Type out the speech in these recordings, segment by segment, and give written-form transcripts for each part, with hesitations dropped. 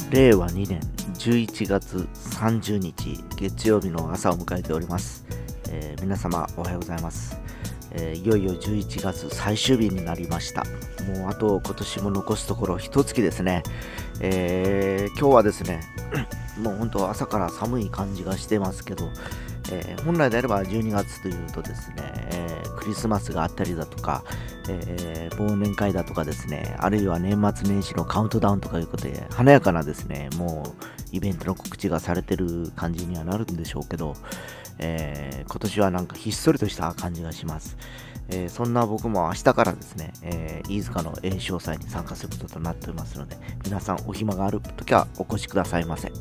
令和2年11月30日月曜日の朝を迎えております。皆様おはようございます。いよいよ11月最終日になりました。もうあと今年も残すところ一月ですね。今日はですねもう本当朝から寒い感じがしてますけど、本来であれば12月というとですね、クリスマスがあったりだとか、忘年会だとかですね、あるいは年末年始のカウントダウンとかいうことで華やかなですね、もうイベントの告知がされてる感じにはなるんでしょうけど、今年はなんかひっそりとした感じがします。そんな僕も明日からですね、飯塚の栄翔祭に参加することとなっておりますので、皆さんお暇があるときはお越しくださいませ。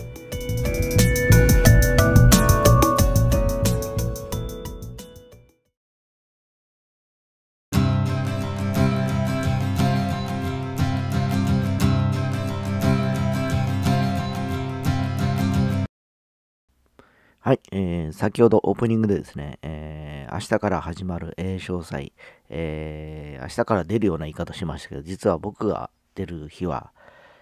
はい、先ほどオープニングでですね、明日から始まる栄翔祭、明日から出るような言い方しましたけど、実は僕が出る日は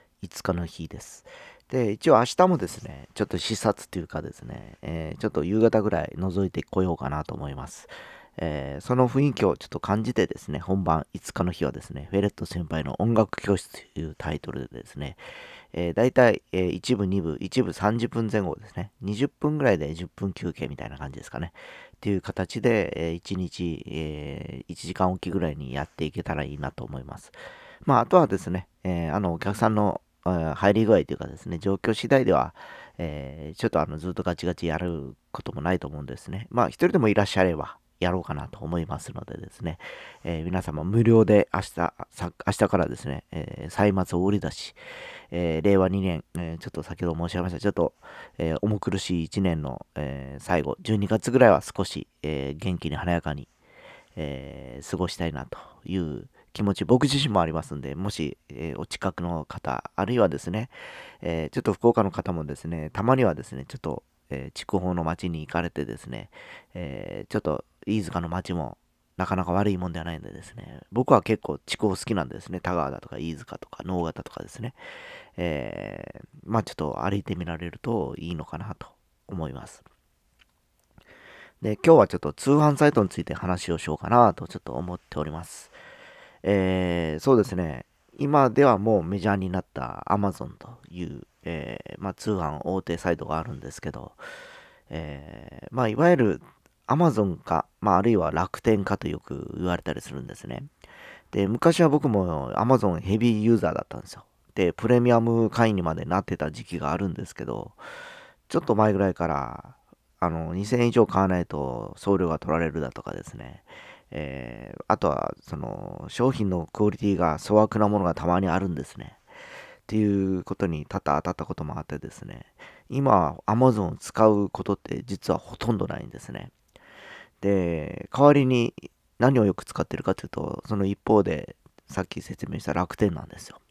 5日の日です。で、一応明日もですね、ちょっと視察というかですね、ちょっと夕方ぐらい覗いてこようかなと思います。その雰囲気をちょっと感じてですね、本番5日の日はですね、フェレット先輩の音楽教室というタイトルでですね、大体、1部、2部、1部30分前後ですね。20分ぐらいで10分休憩みたいな感じですかね。っていう形で、1日、1時間おきぐらいにやっていけたらいいなと思います。まあ、あとはですね、お客さんの入り具合というかですね、状況次第では、ちょっとずっとガチガチやることもないと思うんですね。まあ、一人でもいらっしゃれば、やろうかなと思いますのでですね、皆様無料で明日からですね、歳末を売り出し、令和2年、ちょっと先ほど申し上げました、ちょっと、重苦しい1年の、最後、12月ぐらいは少し、元気に華やかに、過ごしたいなという気持ち、僕自身もありますんで、もし、お近くの方、あるいはですね、ちょっと福岡の方もですね、たまにはですね、ちょっと、筑豊の町に行かれてですね、ちょっと飯塚の町もなかなか悪いもんではないのでですね、僕は結構筑豊好きなんですね。田川だとか飯塚とか直方とかですね。まあちょっと歩いてみられるといいのかなと思います。で、今日はちょっと通販サイトについて話をしようかなとちょっと思っております。そうですね。今ではもうメジャーになった Amazon という、まあ、通販大手サイトがあるんですけど、まあ、いわゆる Amazon か、まあ、あるいは楽天かとよく言われたりするんですね。で、昔は僕も Amazon ヘビーユーザーだったんですよ。で、プレミアム会員にまでなってた時期があるんですけど、ちょっと前ぐらいから、2000円以上買わないと送料が取られるだとかですね。あとは、商品のクオリティが粗悪なものがたまにあるんですね。っていうことに多々当たったこともあってですね。今、Amazon を使うことって実はほとんどないんですね。で、代わりに何をよく使ってるかというと、その一方で、さっき説明した楽天なんですよ。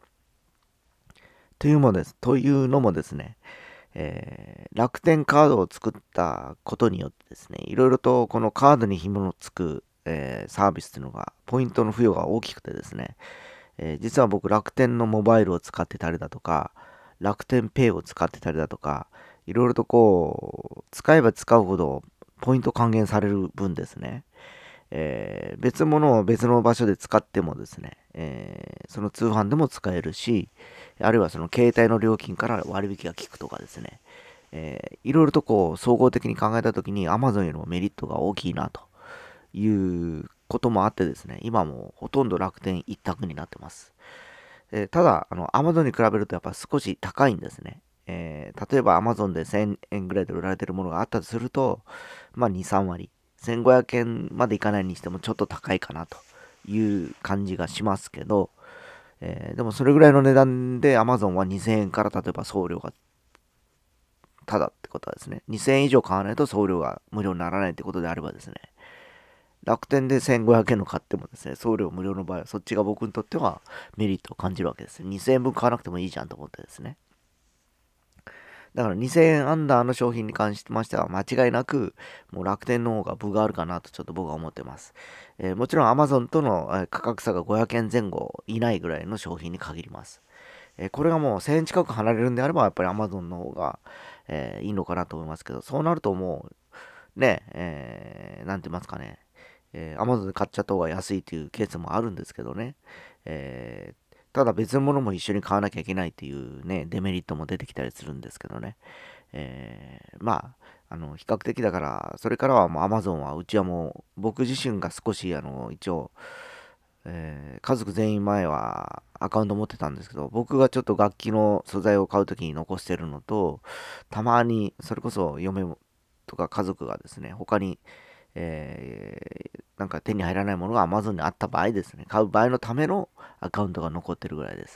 というのもですね、楽天カードを作ったことによってですね、いろいろとこのカードに紐のつく、サービスというのが、ポイントの付与が大きくてですね、実は僕楽天のモバイルを使ってたりだとか、楽天ペイを使ってたりだとか、いろいろとこう、使えば使うほどポイント還元される分ですね、別物を別の場所で使ってもですね、その通販でも使えるし、あるいはその携帯の料金から割引が効くとかですね、いろいろとこう総合的に考えたときに Amazon よりもメリットが大きいなということもあってですね、今もほとんど楽天一択になってます。ただ、Amazon に比べるとやっぱ少し高いんですね。例えば Amazon で1000円ぐらいで売られてるものがあったとすると、まあ2、3割。1500円までいかないにしてもちょっと高いかなという感じがしますけど、でもそれぐらいの値段で Amazon は2000円から例えば送料がただってことはですね、2000円以上買わないと送料が無料にならないってことであればですね、楽天で1500円の買ってもですね、送料無料の場合はそっちが僕にとってはメリットを感じるわけです。2000円分買わなくてもいいじゃんと思ってですね。だから2000円アンダーの商品に関しましては間違いなくもう楽天の方が分があるかなとちょっと僕は思ってます。もちろん Amazon との価格差が500円前後以内ぐらいの商品に限ります。 これがもう1000円近く離れるんであれば、やっぱり Amazon の方が、いいのかなと思いますけど、そうなるともう、ね、なんて言いますかね、Amazon で買っちゃった方が安いというケースもあるんですけどね、ただ別のものも一緒に買わなきゃいけないっていうね、デメリットも出てきたりするんですけどね、まあ、比較的だから、それからはもう Amazon は、うちはもう、僕自身が少し、一応、家族全員前はアカウント持ってたんですけど、僕がちょっと楽器の素材を買うときに残してるのと、たまに、それこそ嫁とか家族がですね、他に、なんか手に入らないものが Amazon にあった場合ですね、買う場合のためのアカウントが残ってるぐらいです。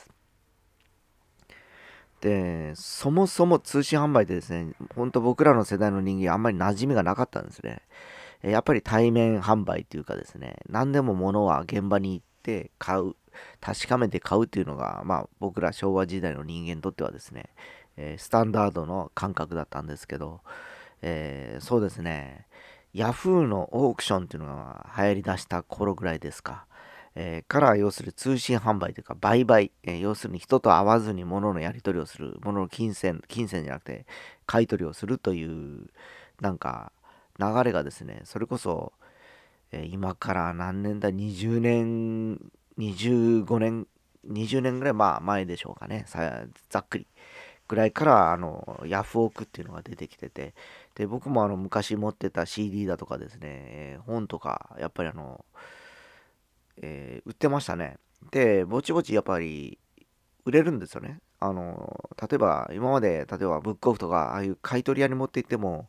で、そもそも通信販売でですね、本当僕らの世代の人間あんまり馴染みがなかったんですね。やっぱり対面販売というかですね、何でも物は現場に行って買う、確かめて買うというのが、まあ僕ら昭和時代の人間にとってはですね、スタンダードの感覚だったんですけど、そうですね、ヤフーのオークションっていうのが流行り出した頃ぐらいですか。から要するに通信販売というか売買、要するに人と会わずに物のやり取りをする、物の金銭じゃなくて買い取りをするというなんか流れがですね、それこそ、今から何年だ、20年、25年、20年ぐらい前でしょうかね、ざっくり。ぐらいからヤフオクっていうのが出てきてて、で僕も昔持ってた CD だとかですね、本とかやっぱり売ってましたね。でぼちぼちやっぱり売れるんですよね。例えば今まで例えばブックオフとかああいう買い取り屋に持って行っても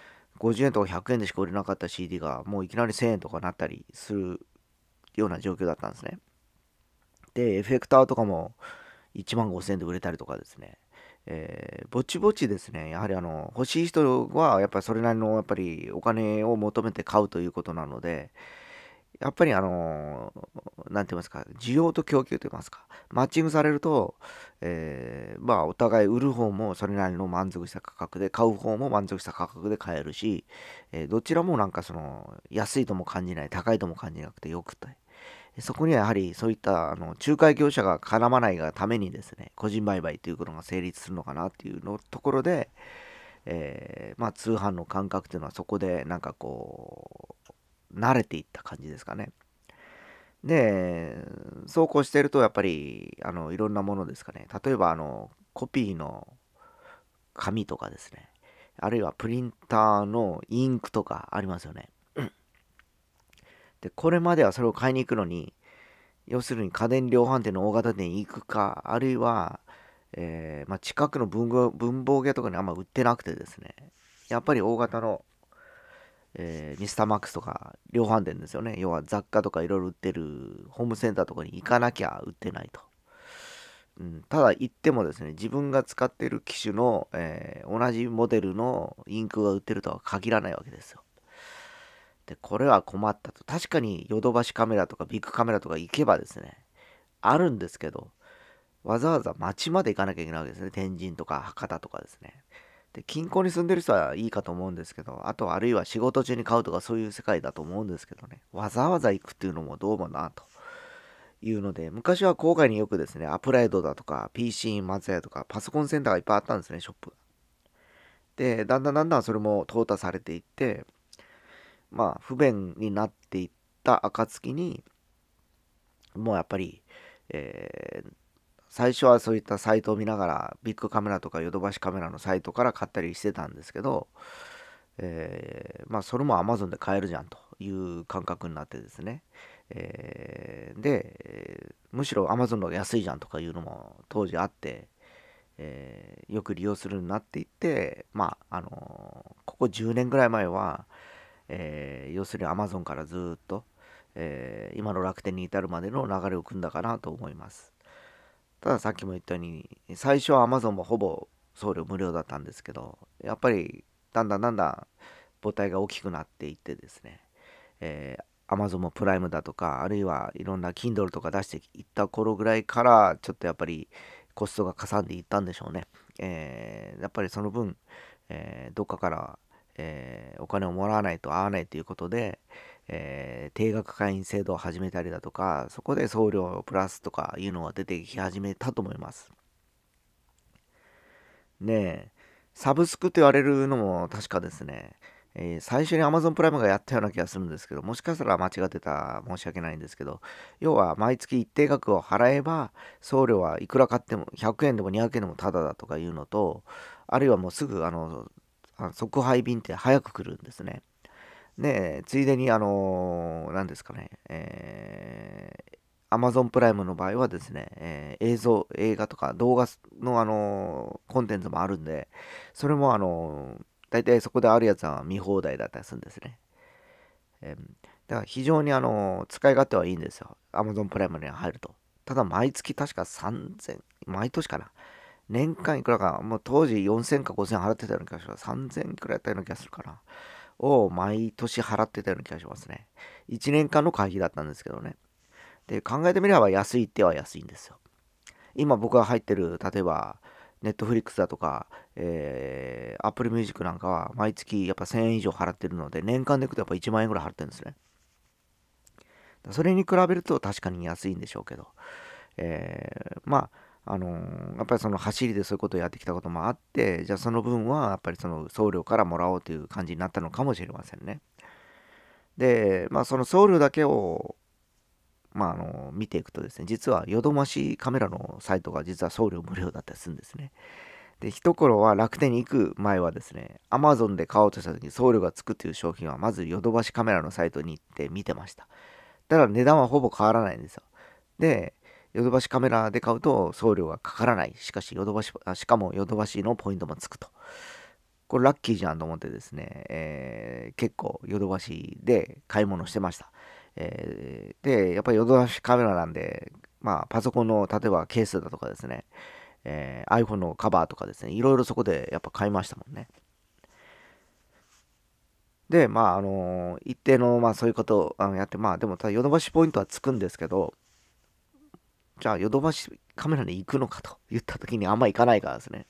50円とか100円でしか売れなかった CD がもういきなり1000円とかなったりするような状況だったんですね。でエフェクターとかも1万5000円で売れたりとかですね、ぼちぼちですね、やはり欲しい人はやっぱりそれなりのやっぱりお金を求めて買うということなので、やっぱりなんて言いますか、需要と供給と言いますか、マッチングされると、まあお互い売る方もそれなりの満足した価格で、買う方も満足した価格で買えるし、どちらもなんかその安いとも感じない、高いとも感じなくてよくて、そこにはやはりそういった仲介業者が絡まないがためにですね、個人売買ということが成立するのかなっていうのところで、まあ通販の感覚というのはそこでなんかこう、慣れていった感じですかね。で、そうこうしてるとやっぱりいろんなものですかね。例えばコピーの紙とかですね。あるいはプリンターのインクとかありますよね。で、これまではそれを買いに行くのに、要するに家電量販店の大型店に行くか、あるいは、まあ、近くの文房具屋とかにあんま売ってなくてですね、やっぱり大型の、ミスターマックスとか量販店ですよね。要は雑貨とかいろいろ売ってるホームセンターとかに行かなきゃ売ってないと。ただ行ってもですね、自分が使っている機種の、同じモデルのインクが売ってるとは限らないわけですよ。で、これは困ったと。確かにヨドバシカメラとかビッグカメラとか行けばですね、あるんですけど、わざわざ町まで行かなきゃいけないわけですね。天神とか博多とかですね。で、近郊に住んでる人はいいかと思うんですけど、あとはあるいは仕事中に買うとかそういう世界だと思うんですけどね。わざわざ行くっていうのもどうもなというので、昔は郊外によくですね、アプライドだとか PC 松屋とかパソコンセンターがいっぱいあったんですね、ショップ。で、だんだんそれも淘汰されていって、まあ不便になっていった暁に、もうやっぱり、えー最初はそういったサイトを見ながら、ビッグカメラとかヨドバシカメラのサイトから買ったりしてたんですけど、まあそれも Amazon で買えるじゃんという感覚になってですね。むしろ Amazon の方が安いじゃんとかいうのも当時あって、よく利用するようになっていって、まあ、ここ10年ぐらい前は、要するに Amazon からずっと、今の楽天に至るまでの流れを組んだかなと思います。たださっきも言ったように、最初は Amazon もほぼ送料無料だったんですけど、やっぱりだんだん母体が大きくなっていってですね、Amazon もプライムだとか、あるいはいろんな Kindle とか出していった頃ぐらいから、ちょっとやっぱりコストがかさんでいったんでしょうね。やっぱりその分、どっかから、お金をもらわないと合わないということで、定額会員制度を始めたりだとか、そこで送料プラスとかいうのが出てき始めたと思います。 ねサブスクと言われるのも確かですね、最初に Amazon プライムがやったような気がするんですけど、もしかしたら間違ってたら申し訳ないんですけど、要は毎月一定額を払えば、送料はいくら買っても100円でも200円でもタダだとかいうのと、あるいはもうすぐ即配便って早く来るんですね。で、ついでに何ですかね、Amazon プライムの場合はですね、映画とか動画のコンテンツもあるんで、それも大体そこであるやつは見放題だったりするんですね。だから非常に使い勝手はいいんですよ。Amazon プライムに入ると。ただ毎月確か3000、毎年かな。年間いくらか、もう当時4000か5000払ってたような気がします。3000いくらやったような気がするかな。を毎年払ってたような気がしますね。1年間の会費だったんですけどね。で、考えてみれば安いっては安いんですよ。今僕が入ってる、例えば、ネットフリックスだとか、Apple Music なんかは毎月やっぱ1000円以上払ってるので、年間でいくとやっぱ1万円ぐらい払ってるんですね。それに比べると確かに安いんでしょうけど、まあ、やっぱりその走りでそういうことをやってきたこともあって、じゃあその分はやっぱりその送料からもらおうという感じになったのかもしれませんね。で、まあその送料だけを見ていくとですね、実はヨドバシカメラのサイトが実は送料無料だったりするんですね。で、一頃は楽天に行く前はですね、Amazon で買おうとした時に送料がつくという商品はまずヨドバシカメラのサイトに行って見てました。だから値段はほぼ変わらないんですよ。で、ヨドバシカメラで買うと送料がかからない。しかし、しかもヨドバシのポイントもつくと。これラッキーじゃんと思ってですね、結構ヨドバシで買い物してました。で、やっぱりヨドバシカメラなんで、まあ、パソコンの例えばケースだとかですね、iPhone のカバーとかですね、いろいろそこでやっぱ買いましたもんね。で、まあ、一定の、まあ、そういうことをやって、まあ、でも、ただ、ヨドバシポイントはつくんですけど、じゃあ、ヨドバシカメラに行くのかと言った時にあんま行かないからですね。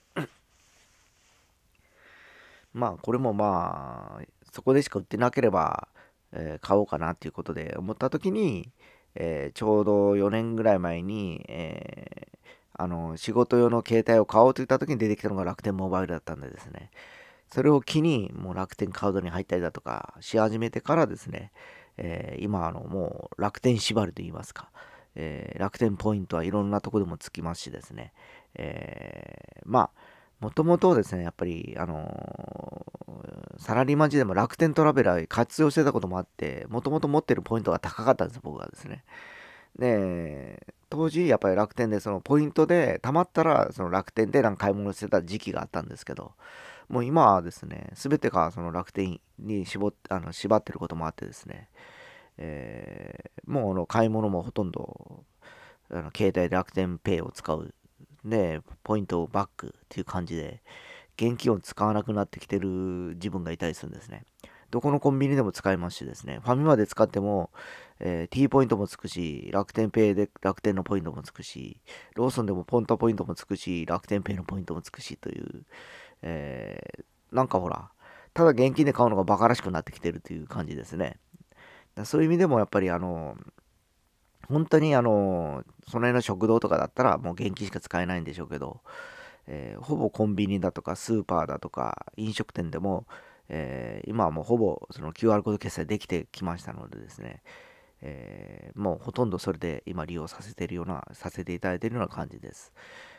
まあ、これもまあ、そこでしか売ってなければ、買おうかなっていうことで思った時に、ちょうど4年ぐらい前に、仕事用の携帯を買おうと言った時に出てきたのが楽天モバイルだったんでですね、それを機にもう楽天カードに入ったりだとかし始めてからですね、今もう楽天縛りといいますか、楽天ポイントはいろんなとこでもつきますしですね、まあもともとですね、やっぱり、サラリーマン時代も楽天トラベラー活用してたこともあって、もともと持ってるポイントが高かったんです、僕はですね。で、当時、やっぱり楽天で、そのポイントで、貯まったら、その楽天でなんか買い物してた時期があったんですけど、もう今はですね、すべてがその楽天に縛ってることもあってですね、もう買い物もほとんど、携帯で楽天ペイを使う。で、ポイントをバックっていう感じで、現金を使わなくなってきてる自分がいたりするんですね。どこのコンビニでも使えますしですね、ファミマで使っても、T ポイントもつくし、楽天ペイで楽天のポイントもつくし、ローソンでもポンタポイントもつくし、楽天ペイのポイントもつくしという、なんかほら、ただ現金で買うのがバカらしくなってきてるという感じですね。そういう意味でもやっぱり本当にその辺の食堂とかだったらもう現金しか使えないんでしょうけど、ほぼコンビニだとかスーパーだとか飲食店でも、今はもうほぼその QR コード決済できてきましたのでですね、もうほとんどそれで今利用させていただいているような感じです。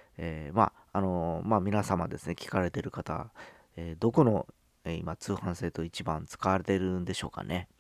皆様ですね、聞かれている方、どこの、今通販サイト一番使われているんでしょうかね。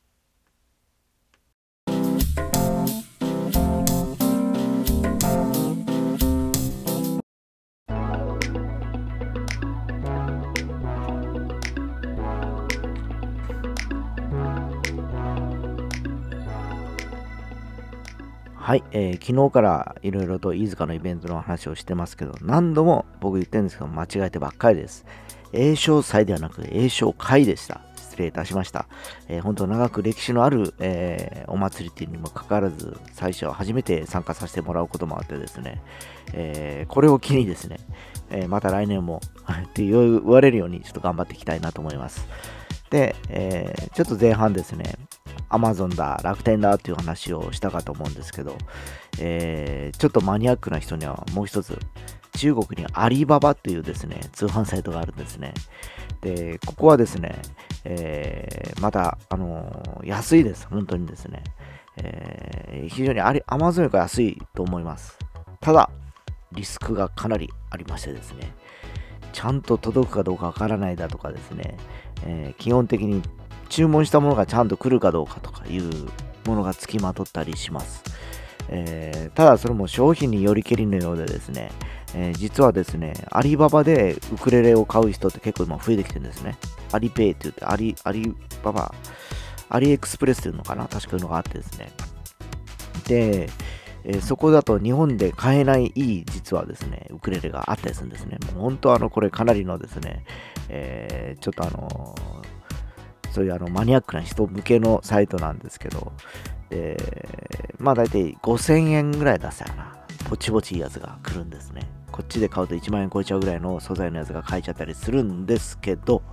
はい、昨日からいろいろと飯塚のイベントの話をしてますけど、何度も僕言ってるんですけど、間違えてばっかりです。栄翔祭ではなく栄翔会でした。失礼いたしました。本当長く歴史のある、お祭りっていうにもかかわらず、最初は初めて参加させてもらうこともあってですね、これを機にですね、また来年もって言われるようにちょっと頑張っていきたいなと思います。で、ちょっと前半ですね、Amazon だ、楽天だっていう話をしたかと思うんですけど、ちょっとマニアックな人にはもう一つ中国にアリババというですね、通販サイトがあるんですね。で、ここはですね、また、安いです。本当にですね。非常にAmazon より安いと思います。ただ、リスクがかなりありましてですね、ちゃんと届くかどうかわからないだとかですね、基本的に注文したものがちゃんと来るかどうかとかいうものがつきまとったりします。ただそれも商品によりけりのようでですね、実はですね、アリババでウクレレを買う人って結構今増えてきてるんですね。アリペイって言ってアリババ、アリエクスプレスっていうのかな、確かいうのがあってですね。で、そこだと日本で買えない実はですね、ウクレレがあったりするんですね。もう本当これかなりのですね、ちょっとそういうマニアックな人向けのサイトなんですけど、まあ大体5000円ぐらい出せたな。ぼちぼちいいやつが来るんですね。こっちで買うと1万円超えちゃうぐらいの素材のやつが買えちゃったりするんですけど、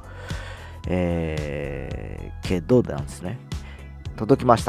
なんですね。届きました。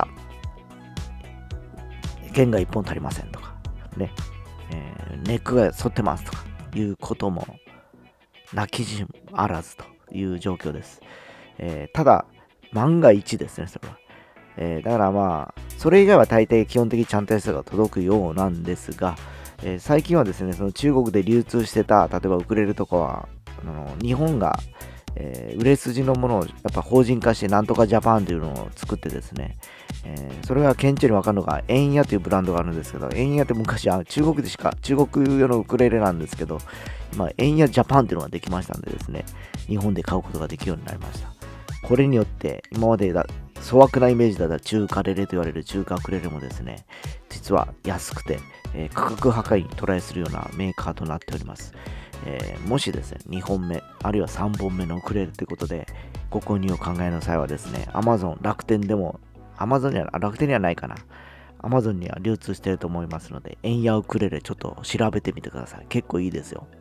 弦が1本足りませんとか、ね。ネックが反ってますとかいうことも泣きじあらずという状況です。ただ、万が一ですね、それは。だからまあ、それ以外は大抵基本的にちゃんとやつが届くようなんですが、最近はですね、その中国で流通してた、例えばウクレレとかは、日本が、売れ筋のものをやっぱ法人化して、なんとかジャパンというのを作ってですね、それが顕著に分かるのが、エンヤというブランドがあるんですけど、エンヤって昔は中国用のウクレレなんですけど、今、エンヤジャパンというのができましたんでですね、日本で買うことができるようになりました。これによって、今まで粗悪なイメージだった中華レレと言われる中華ウクレレもですね、実は安くて、価格破壊にトライするようなメーカーとなっております。もしですね、2本目、あるいは3本目のウクレレということで、ご購入を考えの際はですね、Amazon、楽天にはないかな。Amazon には流通していると思いますので、エンヤウクレレちょっと調べてみてください。結構いいですよ。